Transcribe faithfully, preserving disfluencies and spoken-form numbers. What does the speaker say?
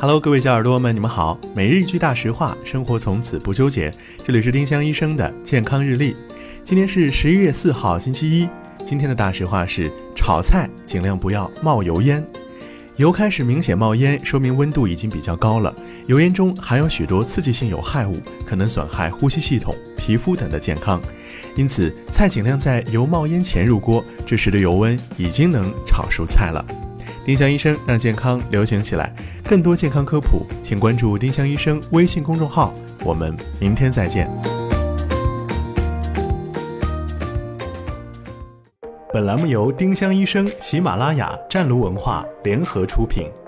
Hello， 各位小耳朵们，你们好。每日一句大实话，生活从此不纠结。这里是丁香医生的健康日历。今天是十一月四号，星期一。今天的大实话是：炒菜尽量不要冒油烟。油开始明显冒烟，说明温度已经比较高了。油烟中含有许多刺激性有害物，可能损害呼吸系统、皮肤等的健康。因此，菜尽量在油冒烟前入锅，这时的油温已经能炒熟菜了。丁香医生让健康流行起来，更多健康科普，请关注丁香医生微信公众号。我们明天再见。本栏目由丁香医生、喜马拉雅、湛卢文化联合出品。